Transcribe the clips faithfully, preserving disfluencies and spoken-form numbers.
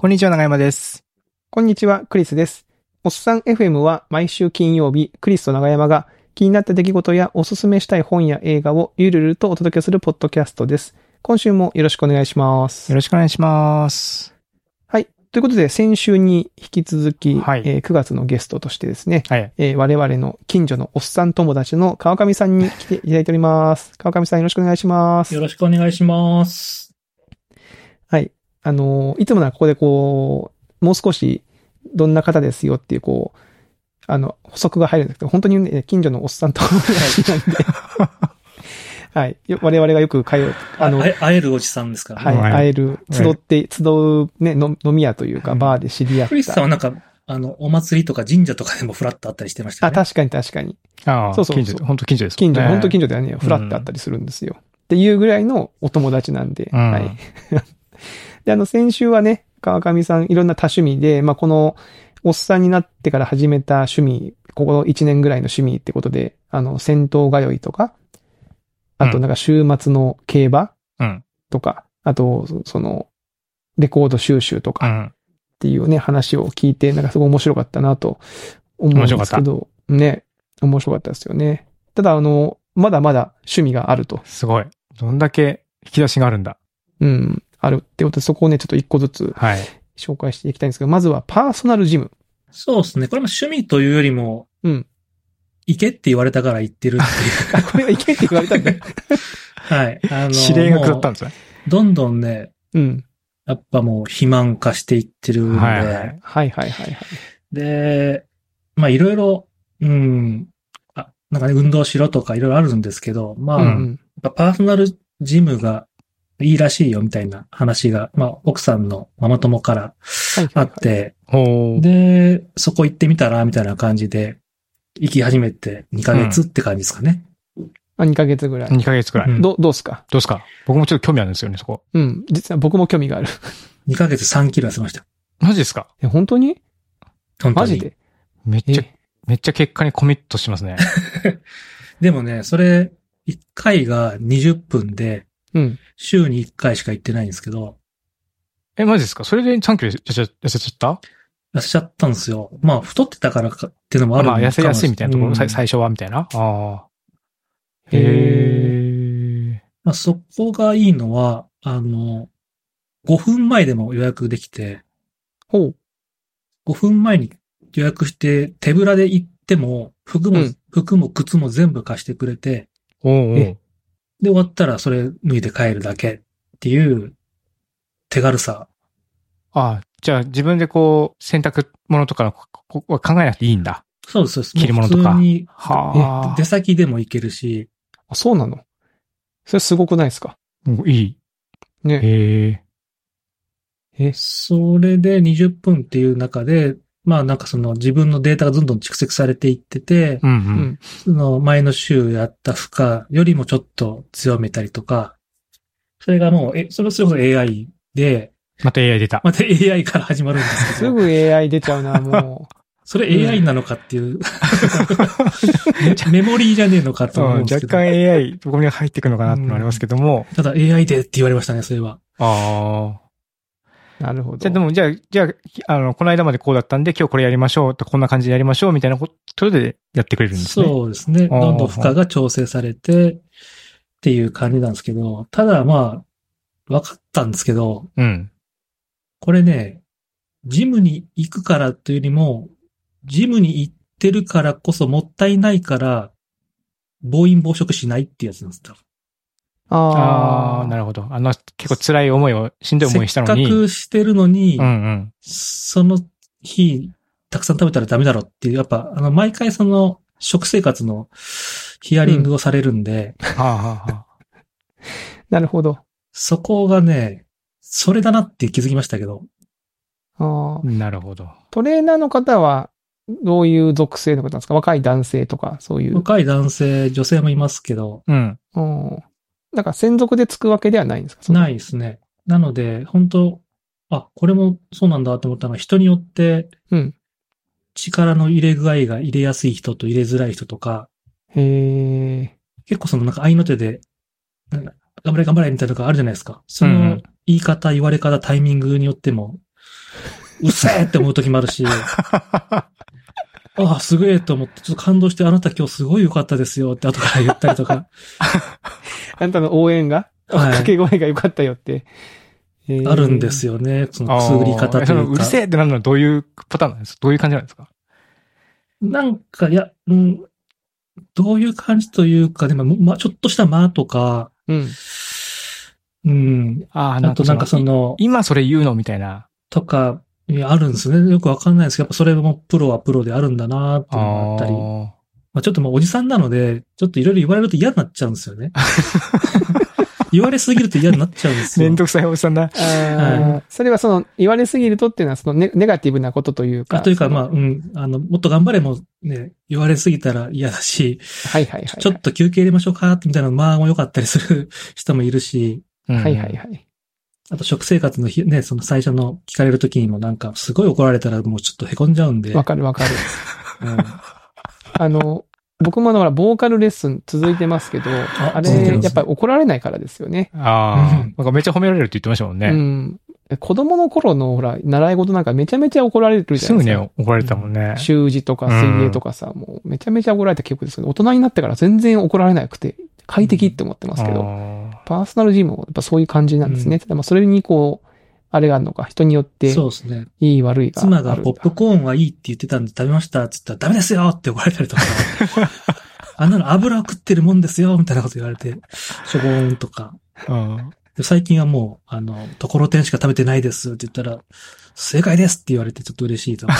こんにちは、長山です。 こんにちは、クリスです。おっさん エフエム は毎週金曜日、クリスと長山が気になった出来事やおすすめしたい本や映画をゆるゆるとお届けするポッドキャストです。今週もよろしくお願いします。 よろしくお願いします。 はい。ということで、先週に引き続き、 はいえー、くがつのゲストとしてですね、 はいえー、我々の近所のおっさん友達の川上さんに来ていただいております。川上さんよろしくお願いします。 よろしくお願いします。 はい。あのー、いつもならここでこう、もう少しどんな方ですよっていうこう、あの、補足が入るんですけど、本当にね、近所のおっさん友達なんで、はい。我々がよく通う、 あの、会えるおじさんですからね。はい。会える、集って、集うね、飲み屋というか、バーで知り合った。 クリスさんはなんか、あの、お祭りとか神社とかでもフラッとあったりしてましたよね。 あ、確かに確かに。 ああ、そうそうそう。近所、本当近所です。 近所、本当近所ではね、フラッとあったりするんですよ。っていうぐらいのお友達なんで、はい。で、あの、先週はね、川上さんいろんな多趣味で、まあ、この、おっさんになってから始めた趣味、ここいちねんぐらいの趣味ってことで、あの、銭湯通いとか、あとなんか週末の競馬とか、うん、あと、その、レコード収集とかっていうね、話を聞いて、なんかすごい面白かったなと思うんですけど、ね、面白かったですよね。ただ、あの、まだまだ趣味があると。 すごい。どんだけ引き出しがあるんだ。 うん、あるってことで、そこをね、ちょっと一個ずつ紹介していきたいんですけど、はい、まずはパーソナルジム。 そうですね。これも趣味というよりも、 うん。 行けって言われたから行ってるっていう。 あ、これは行けって言われたんだ。 はい。あの、 指令が下ったんですね。 どんどんね、 うん。 やっぱもう肥満化していってるんで。 はいはいはいはいはい、はい。 で、まあいろいろ、うん、あ、なんかね、運動しろとかいろいろあるんですけど、まあ、うん、パーソナルジムがいいらしいよみたいな話が、まあ奥さんのママ友からあって、 はいはいはい、 で、そこ行ってみたらみたいな感じで、行き始めてにかげつって感じですかね。 うん、あ、にかげつぐらい。 にかげつぐらい。 うん、ど、どうすかどうすか僕もちょっと興味あるんですよね、そこ。 うん。実は僕も興味がある。 にかげつさんキロ痩せました。 マジですかえ、本当に本当に。 マジでめっちゃ、めっちゃ結果にコミットしてますね。 でもね、それ、いっかいがにじゅっぷんで、 うん。 週にいっかいしか行ってないんですけど。 え、マジですかそれでさんキロ痩せちゃった痩せちゃったんですよ。まあ、太ってたからかっていうのもあるんですまあ、痩せやすいみたいなところ、うん、最初はみたいな。ああ。へえ。 まあ、そこがいいのは、あの、ごふんまえでも予約できて、 ほう。 ごふんまえに予約して手ぶらで行っても、服も、うん、服も靴も全部貸してくれて、 おうおうで、終わったらそれ脱いで帰るだけっていう手軽さ。 ああ、じゃあ自分でこう、洗濯物とかのこは考えなくていいんだ。 そうです、そうです。 着るものとか。 普通に、 はあ。 出先でも行けるし。 あ、そうなの？それすごくないですか？ いい。 ね。 へえ。 え、それでにじゅっぷんっていう中で、まあなんかその自分のデータがどんどん蓄積されていってて、 うんうん、 その前の週やった負荷よりもちょっと強めたりとか、それがもう、え、それそれこそ エーアイ で、 また エーアイ 出た。 また エーアイ から始まるんですけど。 すぐ エーアイ 出ちゃうな、もう。 それ エーアイ なのかっていう。メモリーじゃねえのかと思うんですけど。 若干 エーアイ、どこに入っていくのかなってのありますけども。 ただ エーアイ でって言われましたね、それは。 ああ。 なるほど。 じゃあでも、じゃあ、じゃあ、あの、この間までこうだったんで、今日これやりましょうと、こんな感じでやりましょうみたいなことでやってくれるんですね。 そうですね。どんどん負荷が調整されてっていう感じなんですけど、ただまあ、分かったんですけど、 うん。 これね、ジムに行くからというよりも、ジムに行ってるからこそもったいないから、暴飲暴食しないっていうやつなんですよ。 ああ、なるほど。あの、結構辛い思いを、しんどい思いしたのに。 せっかくしてるのに、 うんうん、 その日、たくさん食べたらダメだろっていう、やっぱ、あの、毎回その、食生活のヒアリングをされるんで。 うん、はあはあ、なるほど。 そこがね、それだなって気づきましたけど。 ああ。 なるほど。 トレーナーの方は、どういう属性の方なんですか？若い男性とか、そういう。 若い男性、女性もいますけど。 うん。 うんなんか専属でつくわけではないんですか？ ないですね。なので、本当あ、これもそうなんだと思ったのは、人によって、 うん。 力の入れ具合が入れやすい人と入れづらい人とか、 へえ。 結構そのなんか合いの手で、頑張れ頑張れみたいなのがあるじゃないですか。その言い方、言われ方、タイミングによっても、 うっせーって思う時もあるし、ああ、すげえと思って、ちょっと感動して、あなた今日すごい良かったですよって後から言ったりとか。 あなたの応援が、はい、掛け声が良かったよって。 えー、あるんですよね。そのくすぐり方というか。 そのうるせえってなるのはどういうパターンなんですか？どういう感じなんですか？ なんか、いや、うん、どういう感じというか、でも、ま、ちょっとした間とか、 うん。 うん。ああ、あとなんかその、 今それ言うのみたいな。 とか、いや、あるんですね。よくわかんないですけど、やっぱそれもプロはプロであるんだなっていうのがあったり。まあちょっともうおじさんなので、ちょっといろいろ言われると嫌になっちゃうんですよね。言われすぎると嫌になっちゃうんですよ。 めんどくさいおじさんだ。 はい、それはその、言われすぎるとっていうのはそのネ、ネガティブなことというか。 というか、まあ、うん、あの、もっと頑張れもね、言われすぎたら嫌だし、 はいはいはい、はい。 ちょっと休憩入れましょうか、みたいなのまあも良かったりする人もいるし。 はいはいはい。 あと食生活の日ね、その最初の聞かれるときにもなんかすごい怒られたらもうちょっと凹んじゃうんで。 わかるわかる。うん、あの、僕もだからボーカルレッスン続いてますけど、あ, あれ、やっぱり怒られないからですよね。 ああ、うん、なんかめっちゃ褒められるって言ってましたもんね。 うん。子供の頃のほら、習い事なんかめちゃめちゃ怒られるじゃないですか。 すぐね、怒られたもんね。 習字とか水泳とかさ、うん、もうめちゃめちゃ怒られた記憶ですけど、大人になってから全然怒られなくて、快適って思ってますけど、うん、パーソナルジムもやっぱそういう感じなんですね。うん、まあそれにこう、あれがあるのか、人によって、 そうですね。 いい悪いがある。 妻がポップコーンはいいって言ってたんで食べましたって言ったらダメですよって怒られたりとか、あんなの油を食ってるもんですよみたいなこと言われて、しょぼーんとか。うん、最近はもう、あの、ところてんしか食べてないですって言ったら、正解ですって言われてちょっと嬉しいと思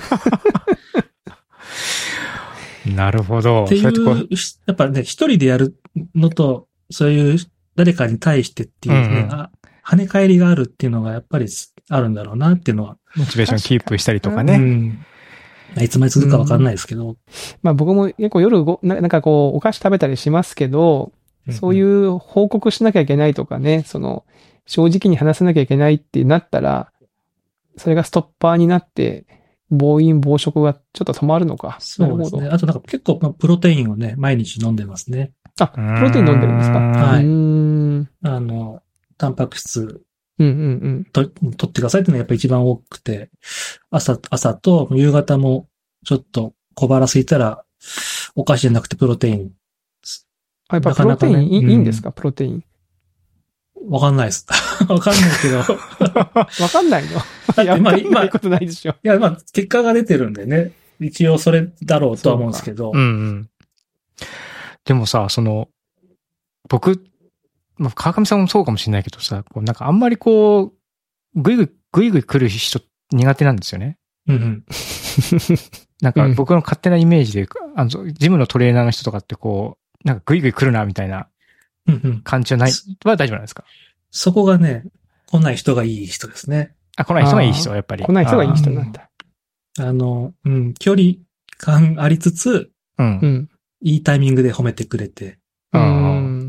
う。なるほど。 っていう、やっぱね、一人でやるのと、そういう誰かに対してっていうね、うんうん、あ跳ね返りがあるっていうのがやっぱりあるんだろうなっていうのは。 モチベーションキープしたりとかね。 うん、いつまで続くかわかんないですけど。うん、 まあ僕も結構夜ごな、なんかこう、お菓子食べたりしますけど、そういう報告しなきゃいけないとかね、その、正直に話さなきゃいけないってなったら、それがストッパーになって、暴飲暴食がちょっと止まるのか。 そうですね。あとなんか結構プロテインをね、毎日飲んでますね。 あ、プロテイン飲んでるんですか？ はい。うーんあの、タンパク質うんうんうん。 と、取ってくださいっていうのがやっぱ一番多くて、朝、朝と夕方もちょっと小腹空いたら、お菓子じゃなくてプロテイン。 あ、やっぱプロテイン、ね、いい、うん、いいんですかプロテイン。 わかんないです。わかんないけど。わかんないのいや、まあ、今、ことないでしょ。 いや、まあ、結果が出てるんでね。一応それだろうとは思うんですけど。 うんうん。でもさ、その、僕、まあ、川上さんもそうかもしれないけどさ、こうなんかあんまりこう、ぐいぐい、ぐいぐい来る人苦手なんですよね。 うんうん。 なんか僕の勝手なイメージで、あの、ジムのトレーナーの人とかってこう、なんかぐいぐい来るな、みたいな感じじゃない、うんうん、は大丈夫なんですか？ そこがね、来ない人がいい人ですね。 あ、来ない人がいい人、やっぱり。 来ない人がいい人なんだ。 あの、うん、距離感ありつつ、 うん。 いいタイミングで褒めてくれて、 うん、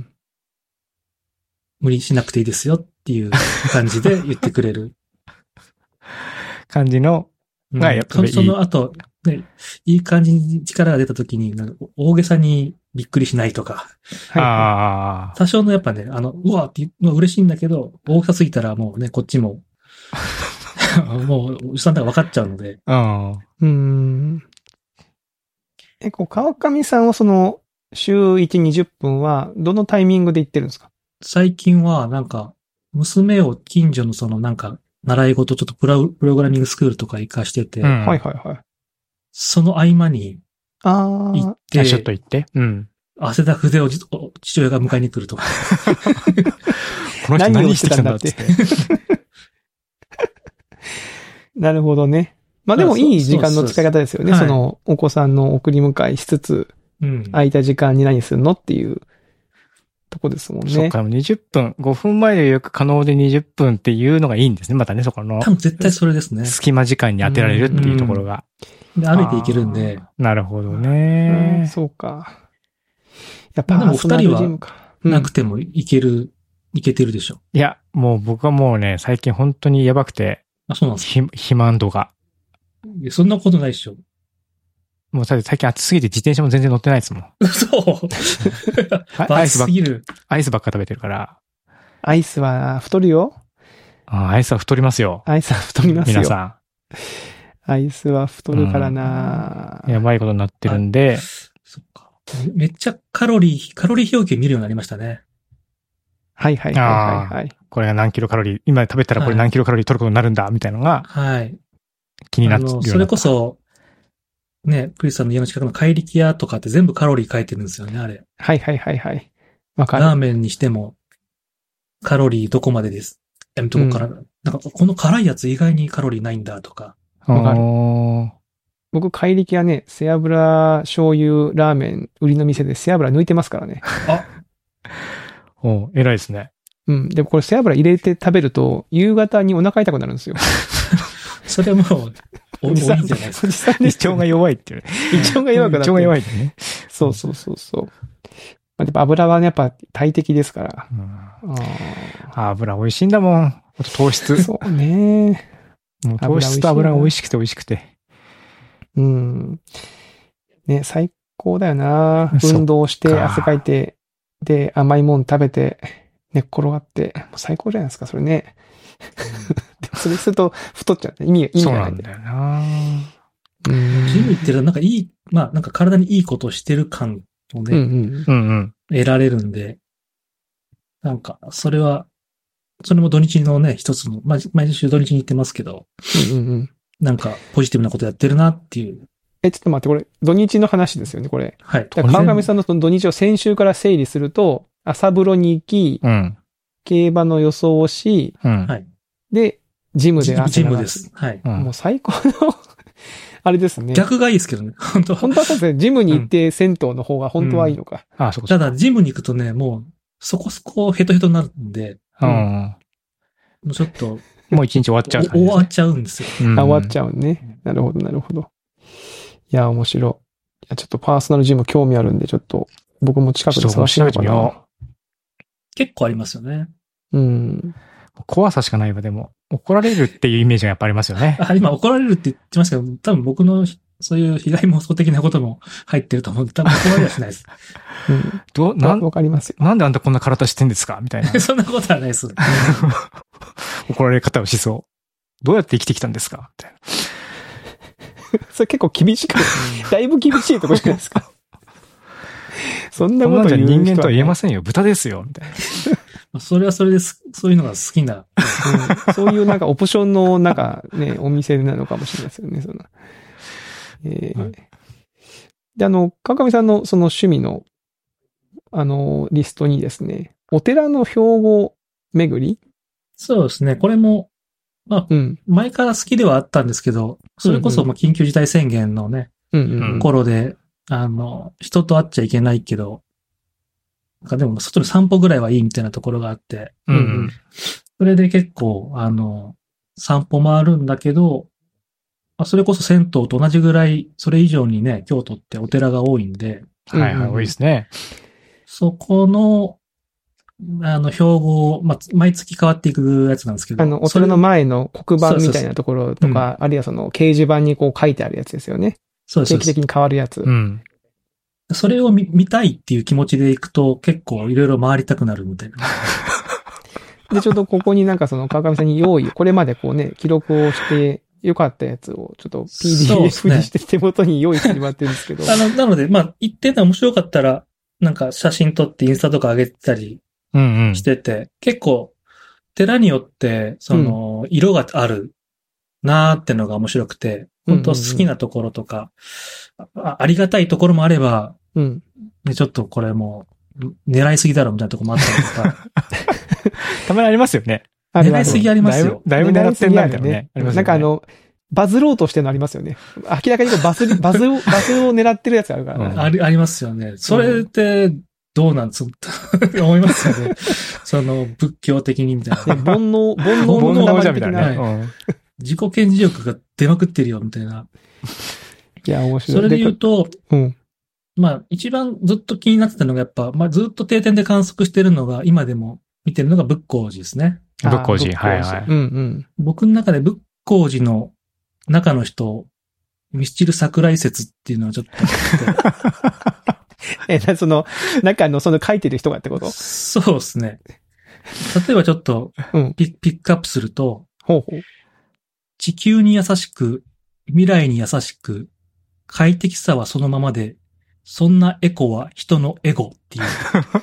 無理しなくていいですよっていう感じで言ってくれる。 感じの、がやっぱりいい。 その後、ね、いい感じに力が出た時に、大げさにびっくりしないとか。 ああ。 多少のやっぱね、あの、うわーっていうのは嬉しいんだけど、大げさすぎたらもうね、こっちも、もう、おじさんだから分かっちゃうので。 あうん。え、こう、川上さんはその、週いち、にじゅっぷんは、どのタイミングで行ってるんですか？ 最近は、なんか、娘を近所のその、なんか、習い事、ちょっとプロ、プログラミングスクールとか行かしてて、うん、 はいはいはい。 その合間に、 あ行って、 ちょっと行って、うん。 汗だ筆を父親が迎えに来るとか。 この人何してたんだって。 なるほどね。まあでもいい時間の使い方ですよね。そのお子さんの送り迎えしつつ、うん、空いた時間に何するのっていうとこですもんね。 そっか、にじゅっぷん、ごふんまえで予約可能でにじゅっぷんっていうのがいいんですね。またね、そこの。 多分絶対それですね。 隙間時間に当てられるっていうところが。 うんうん、で歩いていけるんで。 なるほどね、 うん。そうか。やっぱでもお二人はなくてもいける、うん、いけてるでしょ。 いや、もう僕はもうね、最近本当にやばくて。 あ、そうなんですか。 肥満度が。 いや、そんなことないでしょ。 もう最近暑すぎて自転車も全然乗ってないですもん。 そうアイスばっアイスばっか食べてるから。 アイスは太るよ。 ああ、アイスは太りますよ。 アイスは太りますよ。 皆さアイスは太るからな、 うん、やばいことになってるんで。 そっか。めっちゃカロリー、カロリー表記見るようになりましたね。 はいはいはいはいはい。 これが何キロカロリー、今食べたらこれ何キロカロリー取ることになるんだ、みたいなのが、 はい。 気になってるようになった。 それこそ、ね、クリスさんの家の近くの怪力屋とかって全部カロリー書いてるんですよね、あれ。 はいはいはいはい。わかる。 ラーメンにしても、カロリーどこまでです。え、どこから、うん、なんかこの辛いやつ意外にカロリーないんだとか。 わかる。僕、怪力屋ね、背脂醤油ラーメン売りの店で背脂抜いてますからね。 あお偉いですね。 うん。でもこれ背脂入れて食べると、夕方にお腹痛くなるんですよ。 それもう、おじさんじゃないですか。 おじさんで胃腸が弱いっていう。 胃腸が弱くなって。 胃腸が弱いってね。 そうそうそうそう。やっぱ油はね、やっぱ大敵ですから。 うん、あ油美味しいんだもん。あと糖質。 そうね。 もう糖質と油が美味しくて美味しくて。 うん。ね、最高だよな。運動して汗かいて、で、甘いもん食べて、寝っ転がって、もう最高じゃないですか、それね。でもそれすると太っちゃうね。意味が、意味がないんだよな。 うん。ジム行ってるとなんかいい、まあなんか体にいいことをしてる感をね、 うんうん、 得られるんで、なんか、それは、それも土日のね、一つの、まあ、毎週土日に行ってますけど、 うんうんうん、 なんか、ポジティブなことやってるなっていう。 え、ちょっと待って、これ、土日の話ですよね、これ。 はい。 川上さんのその土日を先週から整理すると、朝風呂に行き、 うん、 競馬の予想をし、 うん、 はい。 で、ジムで汗流す。ジムです。はい。 もう最高の、あれですね。 逆がいいですけどね、本当は。 本当はそうですね、ジムに行って銭湯の方が本当はいいのか。 うん、ああ、そうか。 ただ、ジムに行くとね、もう、そこそこヘトヘトになるんで、 うん。もうちょっと、 もう一日終わっちゃう、 ね。終わっちゃうんですよ。 うん、終わっちゃうね。なるほど、なるほど。いや、面白い。いや、ちょっとパーソナルジム興味あるんで、ちょっと、僕も近くで探してみようかな。 結構ありますよね。 うん。 怖さしかないわ、でも。怒られるっていうイメージがやっぱありますよね。 あ、今怒られるって言ってましたけど、多分僕のそういう被害妄想的なことも入ってると思う。多分怒られはしないです。 うん。どう、なん、わかりますよ。 なんであんたこんな体してんですかみたいな。 そんなことはないです。 怒られ方をしそう。どうやって生きてきたんですかみたいな。 それ結構厳しく、だいぶ厳しいとこじゃないですか。そんなこと言う人間とは言えませんよ。豚ですよ。みたいな。それはそれです。そういうのが好きな。 うん、そういうなんかオプションのなんかね、お店なのかもしれないですよね。そのえーはい、で、あの、川上さんのその趣味の、あの、リストにですね、お寺の標語巡り？ そうですね。これも、まあ、うん、前から好きではあったんですけど、それこそ、まあ、緊急事態宣言のね、 うんうんうん、 頃で、あの、人と会っちゃいけないけど、なんかでも、外で散歩ぐらいはいいみたいなところがあって、 うんうん、 それで結構、あの、散歩回るんだけど、それこそ銭湯と同じぐらい、それ以上にね、京都ってお寺が多いんで。 はいはい、多いですね。 そこの、あの、標語、まあ、毎月変わっていくやつなんですけど。 あの、お寺の前の黒板みたいなところとか、そうそうそう、うん、あるいはその掲示板にこう書いてあるやつですよね。 そうです。 定期的に変わるやつ。 うん。 それを 見, 見たいっていう気持ちでいくと、結構いろいろ回りたくなるみたいな。 で、ちょっとここになんかその川上さんに用意、これまでこうね、記録をして、良かったやつをちょっと ピーディーエフ にして手元に用意してもらってるんですけど。 あの、なので、まあ、一点で面白かったら、なんか写真撮ってインスタとか上げたりしてて、うんうん、結構、寺によって、その、色があるなーってのが面白くて、うん、本当好きなところとか、うんうんうん、あ、ありがたいところもあれば、 うん、 でちょっとこれもう、狙いすぎだろみたいなところもあったりとか。 たまにありますよね。 狙いすぎありますよ。 だいぶ狙ってんなみたいなね。 ありますよね。なんかあの、バズろうとしてるのありますよね。明らかにこうバズり、バズを、バズを狙ってるやつあるからね。 うん、あり、ありますよね。それってどうなんつ思いますよね。その仏教的にみたいな。 煩悩、煩悩の塊的な、 ねうん。 自己顕示欲が出まくってるよみたいな。 いや、面白い。 それで言うと、 うん、 まあ一番ずっと気になってたのがやっぱ、まあずっと定点で観測してるのが、今でも見てるのが仏光寺ですね。 仏光寺、はいはい。 うんうん、 僕の中で仏光寺の中の人、ミスチル桜井説っていうのはちょっとえ、その、中のその書いてる人がってこと？ そうですね。例えばちょっとピ、うん、ピックアップすると、 ほうほう地球に優しく、未来に優しく、快適さはそのままで、そんなエコは人のエゴっていう。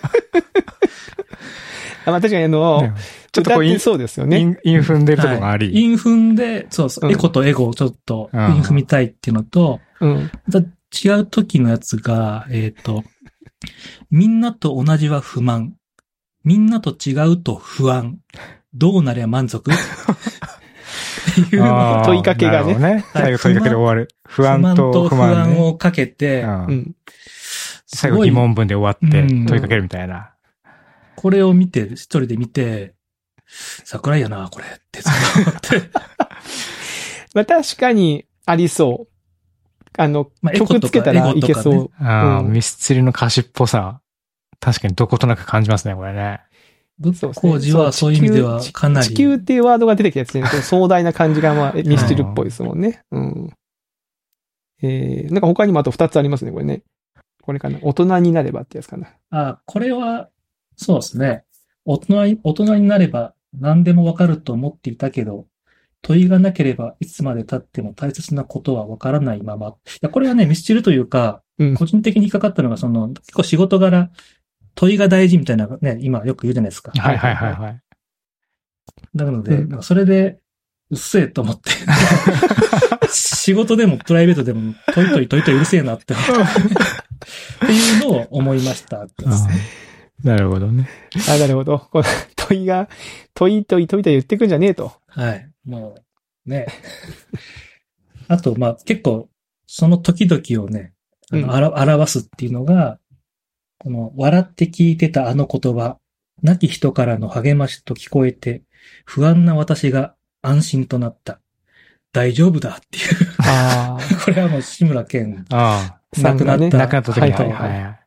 あまあ確かにあの、 ねちょっとこうイン、 そうですよね。 イン、イン踏んでるとこがあり。 はい、イン踏んで、そうそう、 うん、 エコとエゴをちょっとイン踏みたいっていうのと、 うん、 違う時のやつが、えっと、みんなと同じは不満。みんなと違うと不安。どうなりゃ満足っていうの問いかけがね。 ね最後問いかけで終わる。不安と不満、ね、 不安をかけて、 うん、最後疑問文で終わって問いかけるみたいな。うん、 これを見て、一人で見て、桜井やな、これ、ってずっと思って。 まあ確かにありそう。あの、まあ、曲つけたらいけそう。ね、 ああ、うん、ミスチルの歌詞っぽさ。確かにどことなく感じますね、これね。 ぶっこじはそういう意味ではかなり。 地球っていうワードが出てきたやつね、壮大な感じがまあミスチルっぽいですもんね。うん。えー、なんか他にもあと二つありますね、これね。これかな。大人になればってやつかな。 あ、これは、そうですね。大人、大人になれば何でもわかると思っていたけど、問いがなければいつまで経っても大切なことはわからないまま。いや、これはね、ミスチルというか、うん、個人的に引っかかったのが、その、結構仕事柄、問いが大事みたいなね、今よく言うじゃないですか。 はいはいはいはい。 なので、うん、それで、うっせえと思って。仕事でもプライベートでも、問いとい問いというるせえなってっていうのを思いました。 なるほどね。 あ、なるほど。この問いが、問いとい問いと言ってくんじゃねえと。 はい。もう、ね。あと、まあ、結構、その時々をね、あの、うん、あら表すっていうのが、この、笑って聞いてたあの言葉、亡き人からの励ましと聞こえて、不安な私が安心となった。大丈夫だっていう。あこれはもう志村けん。 ああ。亡くなった。ね、 亡くなった時に。はいはいはい。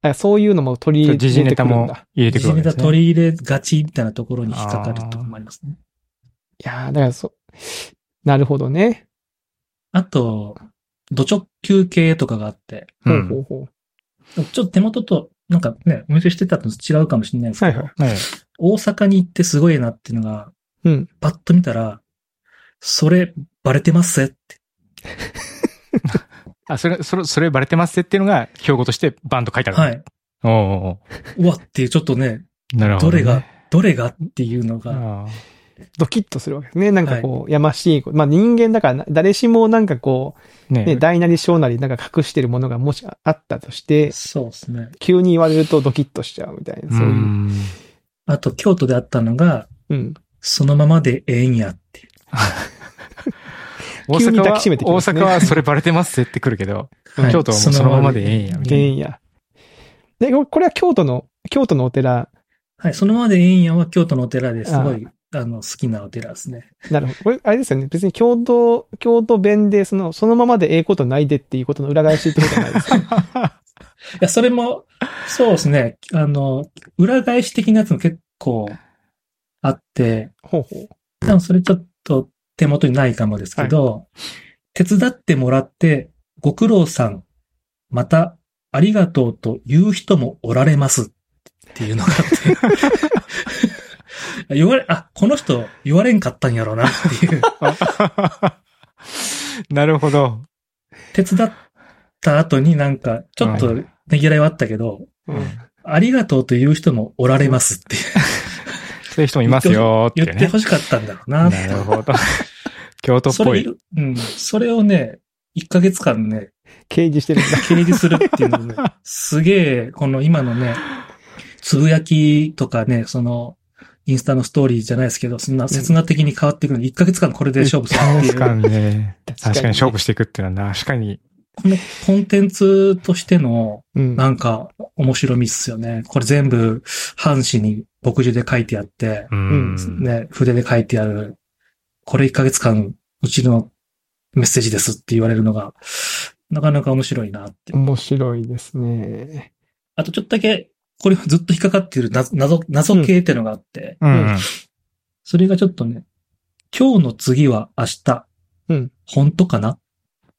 そういうのも取り入れてくるんだ。時事ネタも入れてくるんですね。 時事ネタ取り入れがちみたいなところに引っかかるところもありますね。 いやー、だからそう。なるほどね。 あと、土直球系とかがあって。 ほうほうほう。 ちょっと手元と、なんかね、お見せしてたのと違うかもしれないですけど、はいはいはい、大阪に行ってすごいなっていうのが、 うん、 パッと見たら、それ、バレてますって。 あ、それ、それ、それバレてますっていうのが、標語としてバンと書いてある。 はい。 おお。 うわっていう、ちょっとね、 なるほど、ね。 どれが、どれがっていうのが、 ドキッとするわけですね。なんかこう、はい、やましい。まあ人間だから、誰しもなんかこう、ね、ね大なり小なりなんか隠してるものがもしあったとして、 そうですね。 急に言われるとドキッとしちゃうみたいな、そういう。うあと、京都であったのが、 うん、 そのままでええんやって。 急に抱きしめてきますね。 大阪はそれバレてますってくるけど、はい、京都はもうそのままでええんやみたいな。 ええんや。で、これは京都の、京都のお寺。 はい、そのままでええんやは京都のお寺ですごい、あの、好きなお寺ですね。 なるほど。これ、あれですよね。別に京都、京都弁で、その、そのままでええことないでっていうことの裏返しってことはないですか？ いや、それも、そうですね。あの、裏返し的なやつも結構あって、 ほうほう。 多分それちょっと手元にないかもですけど、はい、手伝ってもらって、ご苦労さん、また、ありがとうと言う人もおられますっていうのがあって。言われ、あ、この人言われんかったんやろうなっていう。 なるほど。 手伝った後になんか、ちょっとねぎらいはあったけど、うん、ありがとうという人もおられますっていう。 そういう人もいますよって、ね、 言ってほしかったんだろうな。 なるほど。京都っぽい。 それ、うん。それをね、いっかげつかんね、 掲示してるんだ。 掲示するっていうのね、すげえ、この今のね、つぶやきとかね、その、インスタのストーリーじゃないですけど、そんな刹那的に変わっていくのに、いっかげつかんこれで勝負するっていう。 確かにね。確かに勝負していくっていうのは確かに。 このコンテンツとしての、なんか、面白みっすよね。これ全部、半紙に墨汁で書いてあって、 うん、 ね、筆で書いてある。これいっかげつかん、うちのメッセージですって言われるのが、なかなか面白いなって。 面白いですね。 あとちょっとだけ、これずっと引っかかっている謎、謎、謎系っていうのがあって、 うんうん、 それがちょっとね、今日の次は明日。 うん、 本当かな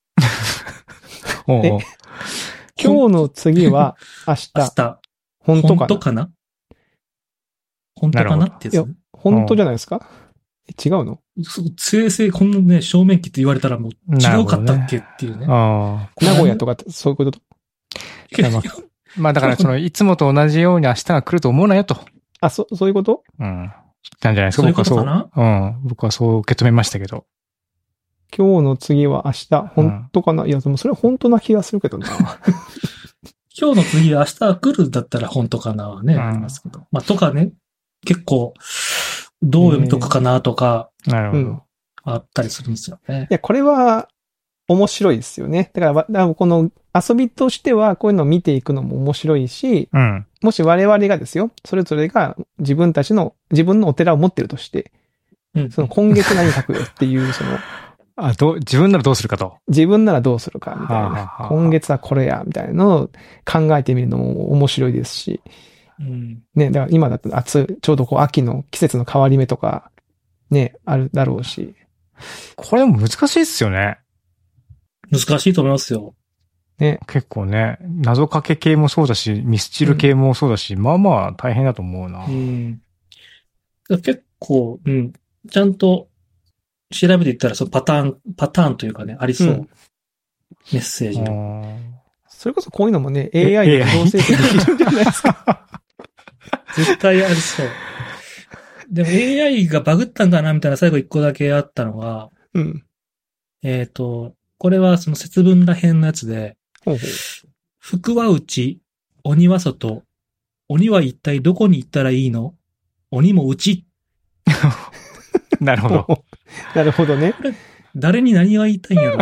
おうおう今日の次は明日。 明日。 本当かな本当かな本当かなってやつ、ね、 いや、本当じゃないですか？ 違うの？ 生成こんなね、正面機って言われたらもう違うかったっけっていうね。 ああ。名古屋とかってそういうことと。 まあ、まあだからその、いつもと同じように明日が来ると思うなよと。 あ、そ、そういうこと？ うん。なんじゃないですか、 そういう僕はそう。 ことかな？ うん。僕はそう受け止めましたけど。 今日の次は明日、本当かな、うん、いや、でもそれは本当な気がするけどな。 今日の次は明日来るんだったら本当かなはね、うん、ありますけど。まあ、とかね、結構、どう読み解くかなとか、 なるほど。 あったりするんですよね。 いや、これは面白いですよね。だから、だからこの遊びとしてはこういうのを見ていくのも面白いし、 うん、 もし我々がですよ、それぞれが自分たちの、自分のお寺を持ってるとして、うん、その今月何書くよっていう、その、 あ、どう、自分ならどうするかと。 自分ならどうするか、みたいな。はあはあはあ、今月はこれや、みたいなのを考えてみるのも面白いですし。うん、ね、だから今だと夏、ちょうどこう秋の季節の変わり目とか、ね、あるだろうし。 これも難しいっすよね。 難しいと思いますよ。 ね。結構ね、謎かけ系もそうだし、ミスチル系もそうだし、うん、まあまあ大変だと思うな。 うん、結構、うん、ちゃんと、調べていったら、そのパターン、パターンというかね、ありそう。うん、メッセージの。 それこそこういうのもね、エーアイ で自動生成できるんじゃないですか。 絶対ありそう。でも エーアイ がバグったんかなみたいな最後一個だけあったのが、 うん、 えっと、これはその節分ら編のやつで、 ほうほう、 福は内、鬼は外、鬼は一体どこに行ったらいいの？鬼も内。 なるほど。 なるほどね。 誰に何が言いたいんやろ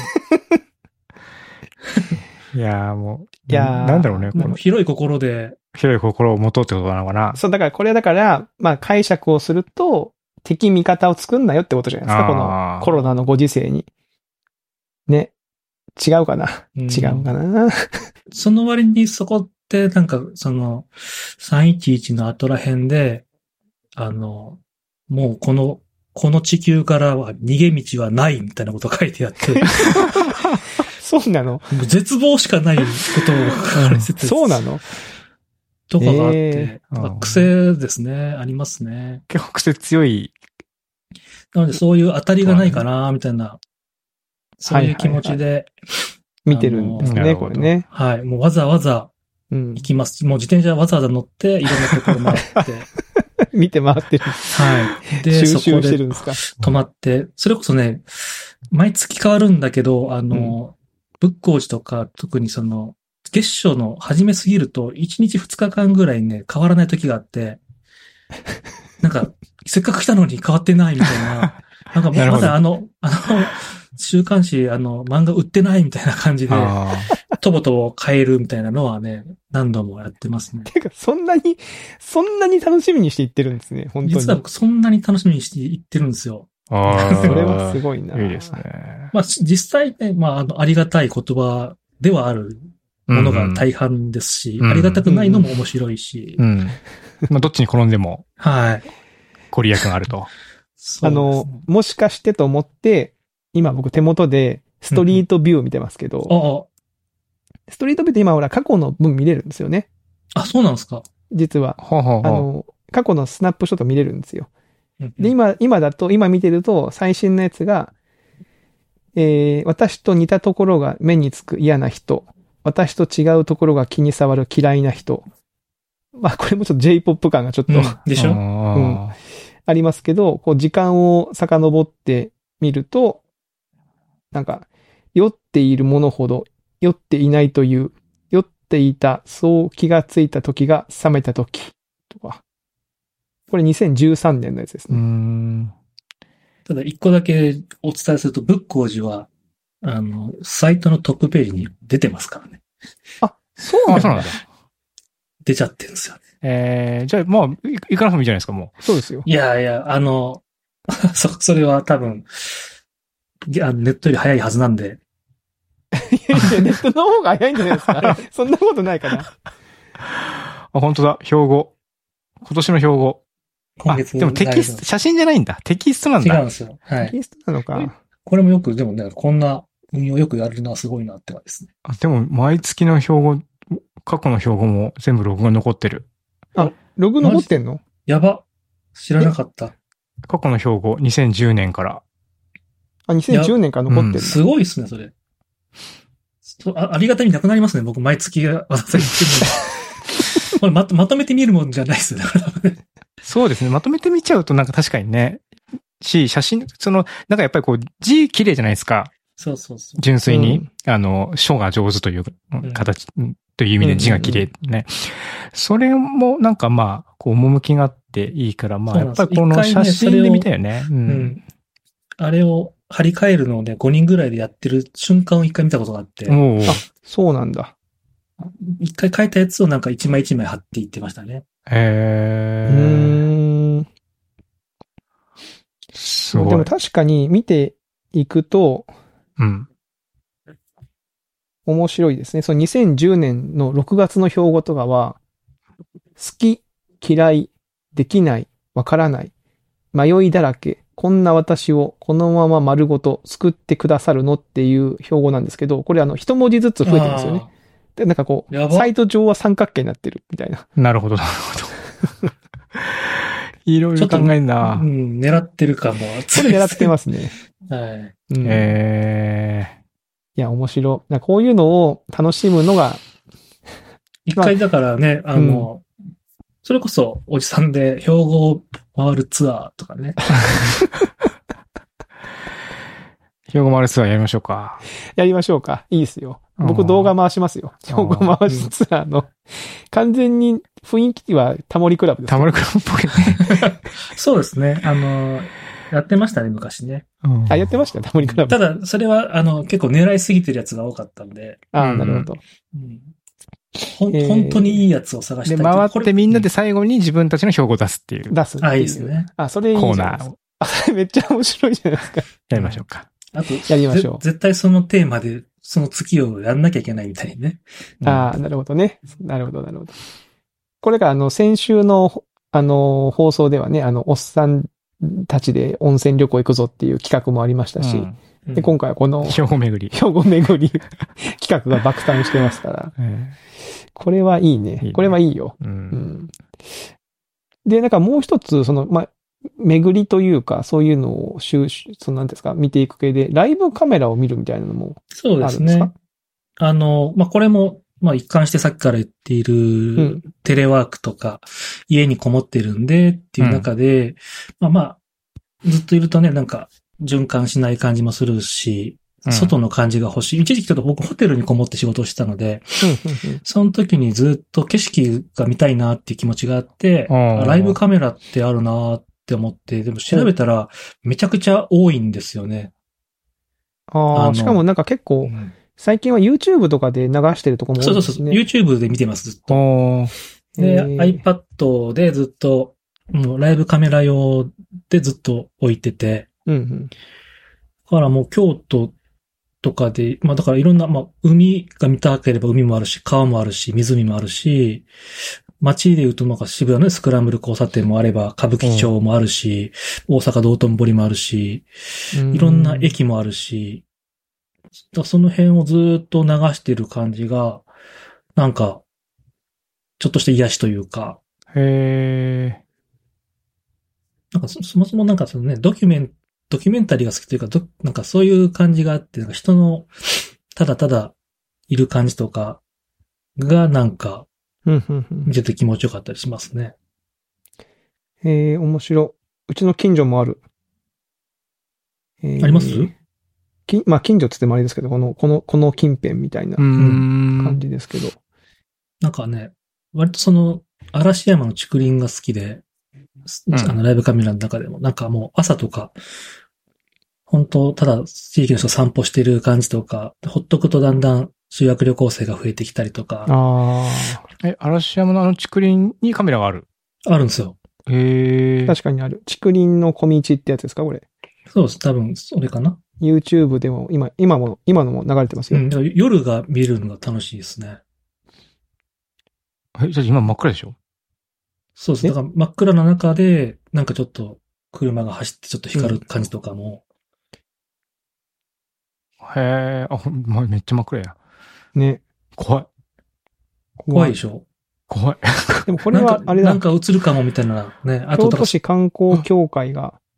いやーもう、 いやーなんだろうね、この広い心で。 広い心を持とうってことなのかな。 そう、だからこれはだから、まあ解釈をすると、敵味方を作んなよってことじゃないですか、このコロナのご時世に。ね。違うかな、うん、違うかなその割にそこってなんか、その、さんいちいちの後ら辺で、あの、もうこの、この地球からは逃げ道はないみたいなこと書いてあって。 そうなの？ 絶望しかないことを書かれてて。 そうなの？ とかがあって、えー、癖ですね、ありますね。 結構癖強い。 なのでそういう当たりがないかな、みたいな、そういう気持ちで。はいはいはい、 見てるんですね、これね。 はい。もうわざわざ行きます。うん、もう自転車わざわざ乗って、いろんなところ回って。 見て回ってる。 はい。で、 収集してるんですか。 泊まって、それこそね、毎月変わるんだけど、あの、うん、仏光寺とか、特にその、月初の初めすぎると、いちにちふつかかんぐらいね、変わらない時があって、なんか、せっかく来たのに変わってないみたいな、なんかもうまだあの、あの、週刊誌、あの、漫画売ってないみたいな感じで、とぼとぼ買えるみたいなのはね、何度もやってますね。 てか、そんなに、そんなに楽しみにしていってるんですね、本当に。 実は僕そんなに楽しみにしていってるんですよ。 ああ。 それはすごいな。 いいですね。 まあ、実際ね、まあ、あの、ありがたい言葉ではあるものが大半ですし、うんうん、ありがたくないのも面白いし。 うん。うん、まあ、どっちに転んでも。 はい。 ご利益があると。 あの、もしかしてと思って、今僕手元でストリートビューを見てますけど、うん、ストリートビューって今ほら過去の分見れるんですよね。 あ、そうなんですか。 実は。 はははあの、過去のスナップショット見れるんですよ。で、今、今だと、今見てると最新のやつが、えー、私と似たところが目につく嫌な人、私と違うところが気に障る嫌いな人。まあこれもちょっと J-ポップ 感がちょっと、うん、 でしょ、うん、ありますけど、こう時間を遡ってみると、なんか、酔っているものほど酔っていないという、酔っていた、そう気がついた時が冷めた時とか。これにせんじゅうさんねんのやつですね。 うーん、 ただ一個だけお伝えすると、仏光寺は、あの、サイトのトップページに出てますからね。 あ、そうなんだ。 そうなんだ。 出ちゃってるんですよね。 えー、じゃあ、まあ、行かなくてもいいじゃないですか、もう。そうですよ。 いやいや、あの、そ、それは多分、ネットより早いはずなんで。 いやいや、ネットの方が早いんじゃないですか。そんなことないかな。 あ、本当だ、標語。今年の標語。 今月あ、でもテキスト、写真じゃないんだ。テキストなんだ。 違うんですよ。はい。 テキストなのか。 これもよく、でもね、こんな運用よくやるのはすごいなって感じですね。 あ、でも、毎月の標語、過去の標語も全部ログが残ってる。 あ、ログ残ってんの？ やば。知らなかった。 過去の標語、にせんじゅうねんから。 あ、にせんじゅうねんから残ってるんだ。 すごいっすね、それ。あ, ありがたみなくなりますね、僕、毎月渡されてるの。これまと、まとめて見るもんじゃないっすね、だからね。 そうですね。まとめて見ちゃうとなんか確かにね。し、写真、その、なんかやっぱりこう、字綺麗じゃないですか。 そうそうそう。 純粋に、 うん、 あの、書が上手という形、うん、という意味で字が綺麗ね、うんうんうん。それもなんかまあ、こう、趣があっていいから、まあ、やっぱりこの写真で見たよね。ねうん、うん。 あれを張り替えるのでごにんぐらいでやってる瞬間を一回見たことがあって。 あ、そうなんだ。 一回書いたやつをなんか一枚一枚貼っていってましたね。 へー。 うーん。 すごい。 でも確かに見ていくと、 うん。 面白いですね。そのにせんじゅうねんのろくがつの標語とかは、好き、嫌い、できない、わからない、迷いだらけ、こんな私をこのまま丸ごと救ってくださるのっていう標語なんですけど、これあの一文字ずつ増えてるんですよね。で、なんかこう、サイト上は三角形になってるみたいな。 なるほど、なるほど。いろいろ考えんな。 うん、狙ってるかも。これ狙ってますね。 はい。 うん、 えー。 いや、面白い。こういうのを楽しむのが。 一回だからね、あの、うん、それこそおじさんで標語を回るツアーとかね。 兵庫回しツアーやりましょうか。やりましょうか。いいですよ。僕動画回しますよ。兵庫回しツアーの。完全に雰囲気はタモリクラブです。 タモリクラブっぽいね。 そうですね。あの、やってましたね、昔ね。 うん、あ、やってましたよ、タモリクラブ。 ただ、それは、あの、結構狙いすぎてるやつが多かったんで。 ああ、なるほど。 うんほん、えー、本当にいいやつを探したい。 で、回ってみんなで最後に自分たちの標語を出すっていう。 出すっていう。 あ、いいですね。 あ、それいいじゃないですか。 コーナーを。 あ、それめっちゃ面白いじゃないですか。 やりましょうか。 あと、 やりましょう。 絶対そのテーマで、その月をやんなきゃいけないみたいにね。 うん、ああ、なるほどね。なるほど、なるほど。これが、あの、先週の、あの、放送ではね、あの、おっさんたちで温泉旅行行くぞっていう企画もありましたし、うん、で、今回はこの、 兵庫巡り。 兵庫巡り企画が爆誕してますから、うん、これはいいね。いいねこれはいいよ、うんうん。で、なんかもう一つ、その、まあ、巡りというか、そういうのを収集、そのなんですか、見ていく系で、ライブカメラを見るみたいなのもあるんですか？ そうですね。あの、まあ、これも、まあ、一貫してさっきから言っている、テレワークとか、家にこもってるんでっていう中で、うん、まあまあ、ずっといるとね、なんか、循環しない感じもするし、外の感じが欲しい。うん、一時期ちょっと僕ホテルにこもって仕事をしてたので、その時にずっと景色が見たいなっていう気持ちがあって、ライブカメラってあるなって思って、でも調べたらめちゃくちゃ多いんですよね。 ああ、しかもなんか結構、うん最近は YouTube とかで流してるとこも多いですね。 そうそうそう。YouTube で見てます、ずっと。で、iPad でずっと、もうライブカメラ用でずっと置いてて。 うんうん、 だからもう京都とかで、まあだからいろんな、まあ海が見たければ海もあるし、川もあるし、湖もあるし、街で言うとなんか渋谷の、ね、スクランブル交差点もあれば、歌舞伎町もあるし、大阪道頓堀もあるし、いろんな駅もあるし、その辺をずっと流してる感じが、なんか、ちょっとした癒しというか。 へー。なんかそ、そもそもなんかそのね、ドキュメン、ドキュメンタリーが好きというか、どなんかそういう感じがあって、なんか人の、ただただいる感じとかがなんか、見てて気持ちよかったりしますね。 へー、面白い。うちの近所もある。 えー、ありますきまあ、近所って言ってもあれですけど、この、この、この近辺みたいな感じですけど。 なんかね、割とその、嵐山の竹林が好きで、うん、あの、ライブカメラの中でも、なんかもう朝とか、本当ただ地域の人散歩してる感じとか、ほっとくとだんだん修学旅行生が増えてきたりとか。 ああ。え、嵐山のあの竹林にカメラがある？ あるんですよ。 へえ。 確かにある。竹林の小道ってやつですか、これ。 そうです。多分、それかな。 YouTube でも、今、今も、今のも流れてますよ。 うん、だから夜が見えるのが楽しいですね。 え、じゃあ今真っ暗でしょ？ そうです。だから真っ暗な中で、なんかちょっと車が走ってちょっと光る感じとかも。 うん、へえ、あ、ま、めっちゃ真っ暗や。 ね。 怖い。 怖いでしょ？ 怖い。 でもこれは、あれだ。 なんか映るかもみたいなね。 あと京都市観光協会が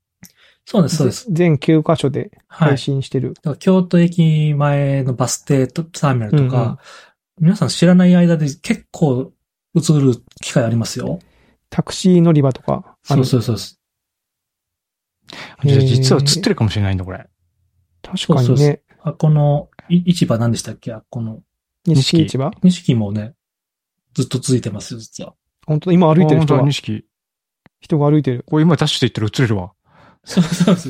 そうです、そうです。 全きゅうカ所で配信してる。 はい、だから京都駅前のバス停とターミナルとか、うんうん、皆さん知らない間で結構映る機会ありますよ。 タクシー乗り場とか。 そうそうそうです。 じゃあ実は映ってるかもしれないんだ、これ。 確かにね。そうそうそう、 あ、この、市場何でしたっけ？この。 錦市場？ 錦もね、ずっと続いてますよ、実は。 本当今歩いてる人が。 錦。 人が歩いてる。 これ今ダッシュで行ったら映れるわ。 そうそうそう。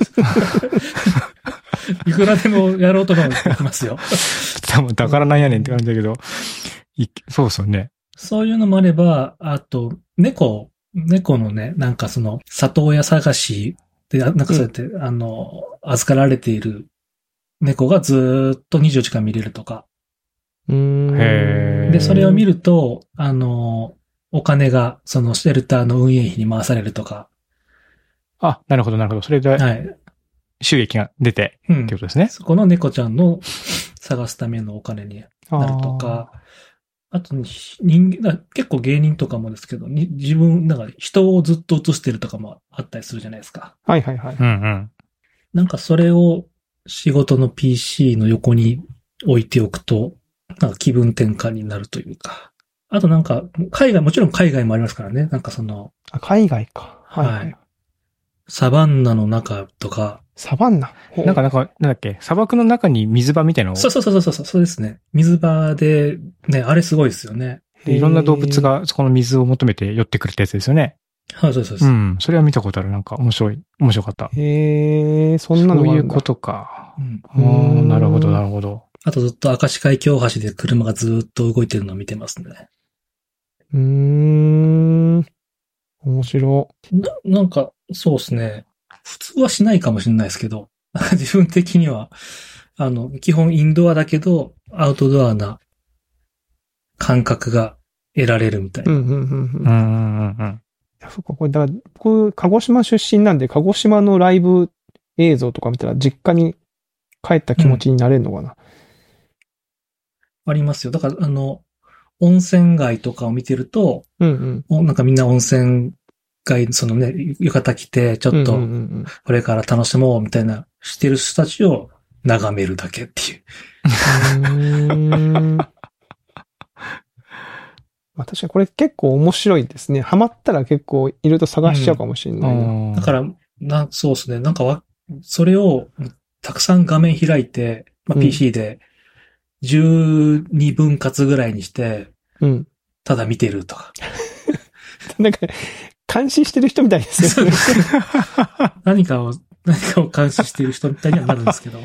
いくらでもやろうと思いますよ。 多分だからなんやねんって感じだけど。そうそうね。 そういうのもあれば、あと、猫、猫のね、なんかその、里親探しで、なんかそうやって、うん、あの、預かられている猫がずーっとにじゅうよじかん見れるとか。 うーん。 へー。 で、それを見ると、あの、お金が、そのシェルターの運営費に回されるとか。 あ、なるほど、なるほど。それで、はい。収益が出て、うん、ってことですね。 そこの猫ちゃんの探すためのお金になるとか。あと、人間、結構芸人とかもですけど、自分、なんか人をずっと映してるとかもあったりするじゃないですか。 はいはいはい。 うんうん。 なんかそれを仕事の ピーシー の横に置いておくと、なんか気分転換になるというか。あとなんか、海外、もちろん海外もありますからね。なんかその。 あ、海外か。 はい。はい、サバンナの中とか。 サバンナなんかなんか、なんだっけ、砂漠の中に水場みたいなのそうそうそうそうそう、そうですね。水場で、ね、あれすごいですよね。 で、いろんな動物がそこの水を求めて寄ってくるってやつですよね。 はい、そうそうそう。うん。それは見たことある。なんか面白い、面白かった。 へー、そんなのがあるんだ。 そういうことか。うん。ああ、なるほど、なるほど。 あとずっと明石海峡橋で車がずっと動いてるのを見てますね。 うーん。面白い。 な、なんか、そうですね。普通はしないかもしれないですけど、自分的には、あの、基本インドアだけど、アウトドアな感覚が得られるみたいな。 うん、うん、うん、うん。 うん、うん、うん。 いや、そっか、これ、だから、僕、鹿児島出身なんで、鹿児島のライブ映像とか見たら、実家に帰った気持ちになれるのかな、うん、 ありますよ。だから、あの、温泉街とかを見てると、 うんうん、 なんかみんな温泉街、そのね、浴衣着て、ちょっと、これから楽しもうみたいな、してる人たちを眺めるだけっていう。 うーんまあ、確かにこれ結構面白いですね。ハマったら結構いろいろと探しちゃうかもしれないな。うん、 だから、な、そうですね。なんかわ、それをたくさん画面開いて、まあ、ピーシー でじゅうにぶん割ぐらいにして、 うん、 ただ見てるとか。 なんか、監視してる人みたいですよね。 何かを、何かを監視してる人みたいにはなるんですけど。い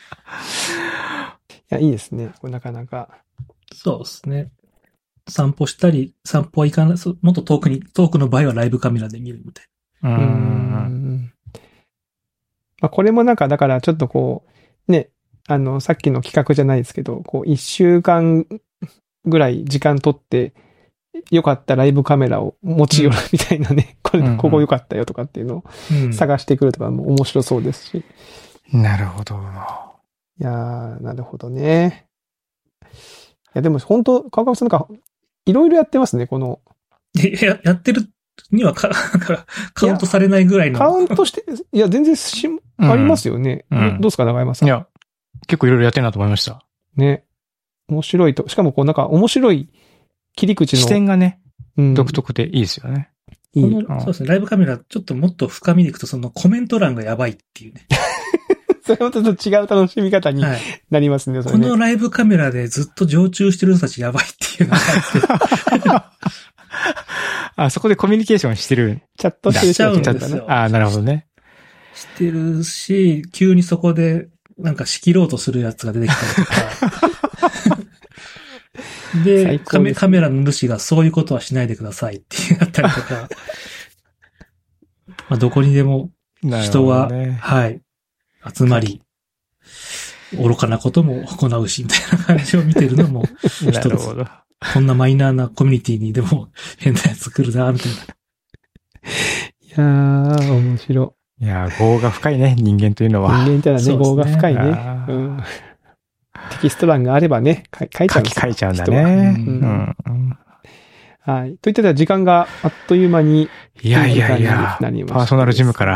や、いいですね。これなかなか。 そうですね。散歩したり、散歩は行かない、もっと遠くに、遠くの場合はライブカメラで見るみたいな。 うーん。まあ、これもなんか、だからちょっとこう、ね、あの、さっきの企画じゃないですけど、こう、一週間ぐらい時間取って、よかったライブカメラを持ち寄るみたいなね、うん、これ、ここよかったよとかっていうのを探してくるとかも面白そうですし。 うん、なるほど。 いやー、なるほどね。いや、でも本当、川上さんなんか、いろいろやってますね、この。 や、やってるにはか、カウントされないぐらいの。 カウントして、いや、全然し、うん、ありますよね。うん、どうですか、長山さん。 いや、結構いろいろやってるなと思いました。 ね。面白いと。しかも、こう、なんか、面白い切り口の。 視点がね、うん、独特でいいですよね。 いい。そうですね。ライブカメラ、ちょっともっと深みでいくと、そのコメント欄がやばいっていうね。 それもちょっと違う楽しみ方になりますね、はい、それね。 このライブカメラでずっと常駐してる人たちやばいっていうのがあって。 あ、そこでコミュニケーションしてる。 チャットしてるしちゃうんですよ。 ああ、なるほどね。 してるし、急にそこでなんか仕切ろうとするやつが出てきたりとか。で, でカメ、カメラの主がそういうことはしないでくださいってなったりとか。まあどこにでも人が、ね、はい、集まり、愚かなことも行うし、みたいな感じを見てるのも一つ。なるほど。こんなマイナーなコミュニティにでも変なやつ来るな、みたいな。いやー、面白い。いやー、業が深いね、人間というのは。 人間ってのはね、業が深いね。うん。テキスト欄があればね、書いちゃうんですよ。 書いちゃうんだね。うん。 うん、はい。といったら時間があっという間に。 いやいやいや、パーソナルジムから。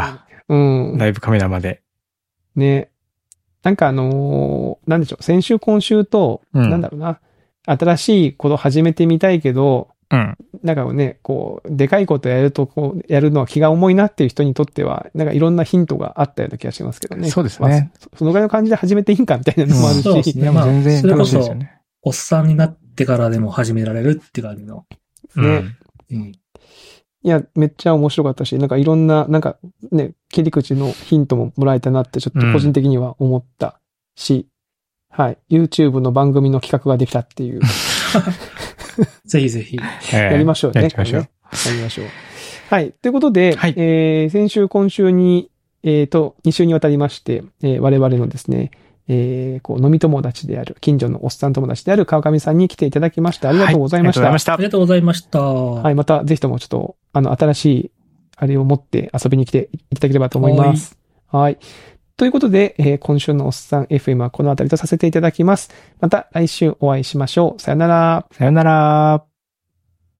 うん。 ライブカメラまで。 ね。なんかあのー、なんでしょう、先週今週と、うん、なんだろうな、新しいこと始めてみたいけど、 うん。 なんかね、こう、でかいことやると、こう、やるのは気が重いなっていう人にとっては、なんかいろんなヒントがあったような気がしますけどね。 そうですね。 まあ、そのぐらいの感じで始めていいんかみたいなのもあるし。 そうですね。まあ、 全然楽しいですよね。 おっさんになってからでも始められるって感じの。 ね。 うん。 いや、めっちゃ面白かったし、なんかいろんな、なんかね、切り口のヒントももらえたなってちょっと個人的には思ったし、うん、はい。YouTube の番組の企画ができたっていう。 ぜひぜひ。 やりましょうね。 やりましょう。 やりましょう。はい。ということで、 はい、 えー、先週、今週に、えっ、ー、と、に週にわたりまして、えー、我々のですね、えー、こう、飲み友達である、近所のおっさん友達である川上さんに来ていただきました。ありがとうございました。はい、 ありがとうございました。 はい。また、ぜひともちょっと、あの、新しい、あれを持って遊びに来ていただければと思います。はい。はいということで、えー、今週のおっさん エフエム はこのあたりとさせていただきます。また来週お会いしましょう。さよなら。 さよなら。